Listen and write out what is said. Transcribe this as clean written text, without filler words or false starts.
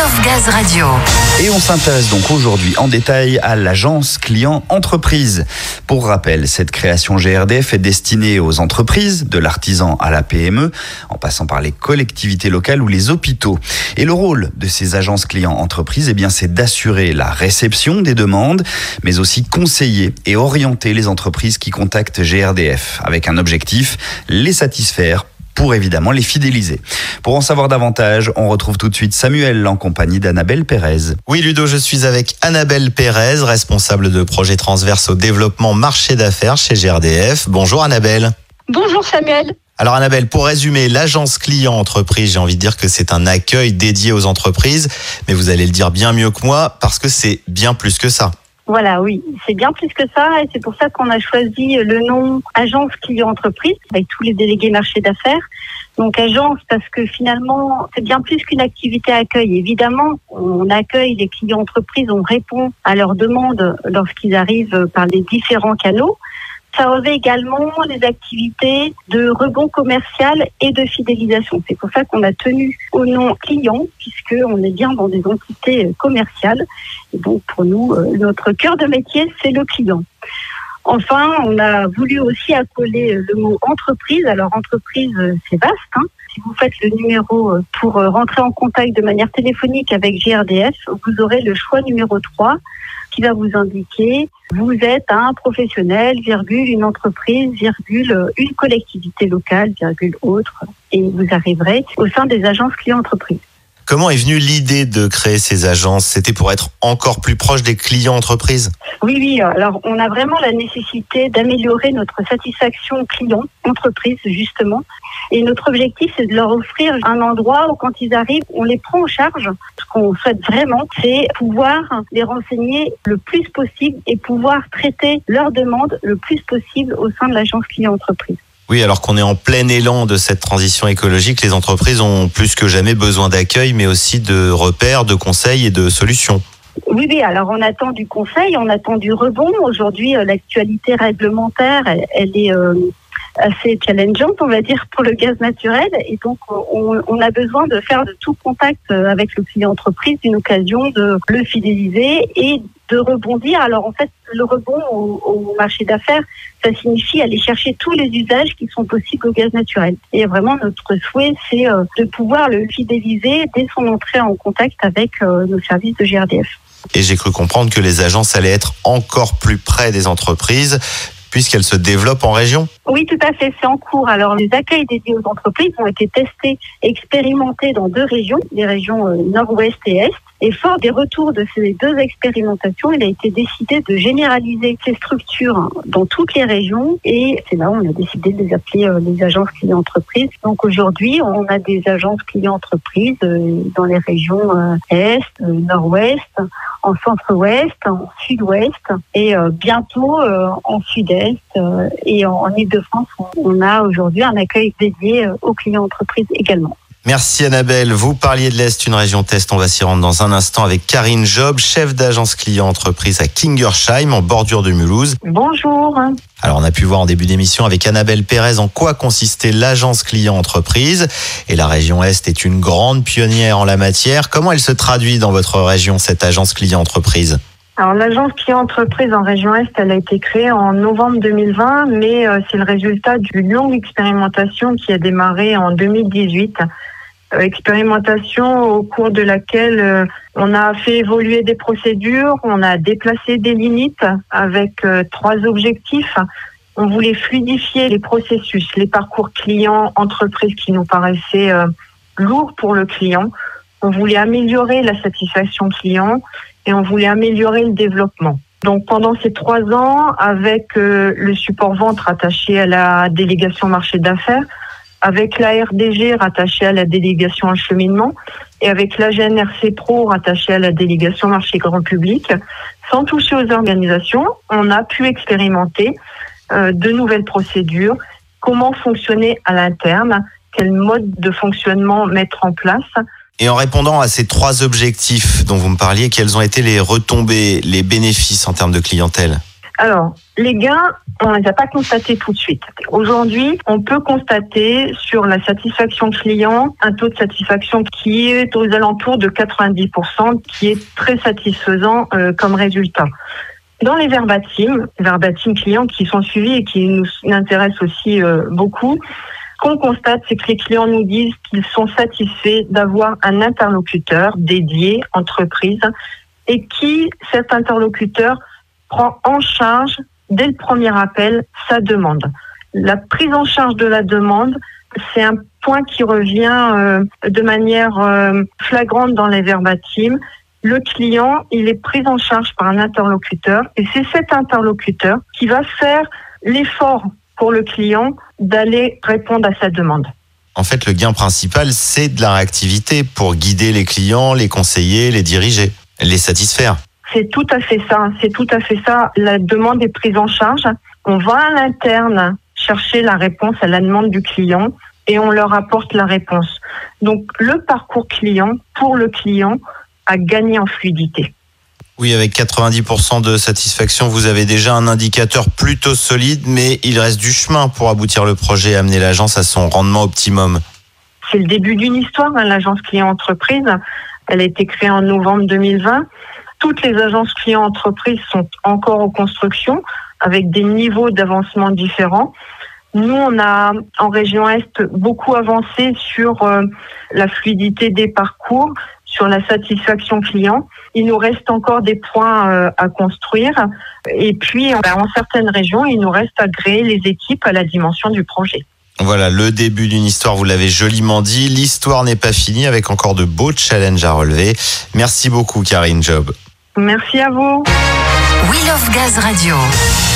Love Gaz Radio. Et on s'intéresse donc aujourd'hui en détail à l'agence client entreprise. Pour rappel, cette création GRDF est destinée aux entreprises, de l'artisan à la PME, en passant par les collectivités locales ou les hôpitaux. Et le rôle de ces agences client entreprise, c'est d'assurer la réception des demandes, mais aussi conseiller et orienter les entreprises qui contactent GRDF, avec un objectif, les satisfaire, pour évidemment les fidéliser. Pour en savoir davantage, on retrouve tout de suite Samuel en compagnie d'Annabelle Pérez. Oui Ludo, je suis avec Annabelle Pérez, responsable de projet transverse au développement marché d'affaires chez GRDF. Bonjour Annabelle. Bonjour Samuel. Alors Annabelle, pour résumer, l'agence client entreprise, j'ai envie de dire que c'est un accueil dédié aux entreprises, mais vous allez le dire bien mieux que moi parce que c'est bien plus que ça. Voilà, oui, c'est bien plus que ça et c'est pour ça qu'on a choisi le nom Agence Client Entreprise avec tous les délégués marché d'affaires. Donc agence parce que finalement, c'est bien plus qu'une activité accueil. Évidemment, on accueille les clients entreprises, on répond à leurs demandes lorsqu'ils arrivent par les différents canaux. Ça revêt également les activités de rebond commercial et de fidélisation. C'est pour ça qu'on a tenu au nom client, puisqu'on est bien dans des entités commerciales. Et donc pour nous, notre cœur de métier, c'est le client. Enfin, on a voulu aussi accoler le mot entreprise. Alors entreprise, c'est vaste, hein. Si vous faites le numéro pour rentrer en contact de manière téléphonique avec GRDF, vous aurez le choix numéro 3 qui va vous indiquer vous êtes un professionnel, virgule, une entreprise, virgule, une collectivité locale, virgule, autre, et vous arriverez au sein des agences clients-entreprises. Comment est venue l'idée de créer ces agences ? C'était pour être encore plus proche des clients entreprises ? Oui. Alors, on a vraiment la nécessité d'améliorer notre satisfaction client, entreprise, justement. Et notre objectif, c'est de leur offrir un endroit où, quand ils arrivent, on les prend en charge. Ce qu'on souhaite vraiment, c'est pouvoir les renseigner le plus possible et pouvoir traiter leurs demandes le plus possible au sein de l'agence client-entreprise. Oui, alors qu'on est en plein élan de cette transition écologique, les entreprises ont plus que jamais besoin d'accueil, mais aussi de repères, de conseils et de solutions. Oui, alors on attend du conseil, on attend du rebond. Aujourd'hui, l'actualité réglementaire, elle est assez challengeante, on va dire, pour le gaz naturel. Et donc, on a besoin de faire de tout contact avec le client entreprise une occasion de le fidéliser et de rebondir. Alors, en fait, le rebond au marché d'affaires, ça signifie aller chercher tous les usages qui sont possibles au gaz naturel. Et vraiment, notre souhait, c'est de pouvoir le fidéliser dès son entrée en contact avec nos services de GRDF. Et j'ai cru comprendre que les agences allaient être encore plus près des entreprises, puisqu'elles se développent en région. Oui, tout à fait, c'est en cours. Alors, les accueils dédiés aux entreprises ont été testés, expérimentés dans 2 régions, les régions nord-ouest et est. Et fort des retours de ces 2 expérimentations, il a été décidé de généraliser ces structures dans toutes les régions. Et c'est là où on a décidé de les appeler les agences clients-entreprises. Donc aujourd'hui, on a des agences clients-entreprises dans les régions est, nord-ouest, en centre-ouest, en sud-ouest et bientôt en sud-est et en Île-de-France. On a aujourd'hui un accueil dédié aux clients-entreprises également. Merci Annabelle. Vous parliez de l'Est, une région test. On va s'y rendre dans un instant avec Karine Job, chef d'agence client entreprise à Kingersheim, en bordure de Mulhouse. Bonjour. Alors on a pu voir en début d'émission avec Annabelle Pérez en quoi consistait l'agence client entreprise. Et la région Est est une grande pionnière en la matière. Comment elle se traduit dans votre région, cette agence client entreprise ? Alors l'agence client entreprise en région Est, elle a été créée en novembre 2020, mais c'est le résultat d'une longue expérimentation qui a démarré en 2018. Expérimentation au cours de laquelle on a fait évoluer des procédures, on a déplacé des limites avec 3 objectifs. On voulait fluidifier les processus, les parcours client-entreprise qui nous paraissaient lourds pour le client. On voulait améliorer la satisfaction client et on voulait améliorer le développement. Donc pendant ces 3 ans, avec le support vente rattaché à la délégation marché d'affaires, avec la RDG rattachée à la délégation acheminement et avec la GNRC Pro rattachée à la délégation marché grand public, sans toucher aux organisations, on a pu expérimenter de nouvelles procédures, comment fonctionner à l'interne, quel mode de fonctionnement mettre en place. Et en répondant à ces 3 objectifs dont vous me parliez, quelles ont été les retombées, les bénéfices en termes de clientèle ? Alors, les gains, on ne les a pas constatés tout de suite. Aujourd'hui, on peut constater sur la satisfaction client un taux de satisfaction qui est aux alentours de 90%, qui est très satisfaisant comme résultat. Dans les verbatim clients qui sont suivis et qui nous intéressent aussi beaucoup, ce qu'on constate, c'est que les clients nous disent qu'ils sont satisfaits d'avoir un interlocuteur dédié, entreprise, et qui, cet interlocuteur, prend en charge, dès le premier appel, sa demande. La prise en charge de la demande, c'est un point qui revient de manière flagrante dans les verbatim. Le client, il est pris en charge par un interlocuteur et c'est cet interlocuteur qui va faire l'effort pour le client d'aller répondre à sa demande. En fait, le gain principal, c'est de la réactivité pour guider les clients, les conseiller, les diriger, les satisfaire. C'est tout à fait ça. La demande est prise en charge. On va à l'interne chercher la réponse à la demande du client et on leur apporte la réponse. Donc, le parcours client, pour le client, a gagné en fluidité. Oui, avec 90% de satisfaction, vous avez déjà un indicateur plutôt solide, mais il reste du chemin pour aboutir le projet et amener l'agence à son rendement optimum. C'est le début d'une histoire, l'agence client-entreprise. Elle a été créée en novembre 2020. Toutes les agences clients-entreprises sont encore en construction avec des niveaux d'avancement différents. Nous, on a en région Est beaucoup avancé sur la fluidité des parcours, sur la satisfaction client. Il nous reste encore des points à construire. Et puis, en certaines régions, il nous reste à créer les équipes à la dimension du projet. Voilà, le début d'une histoire, vous l'avez joliment dit. L'histoire n'est pas finie avec encore de beaux challenges à relever. Merci beaucoup, Karine Job. Merci à vous. We Love Gaz Radio.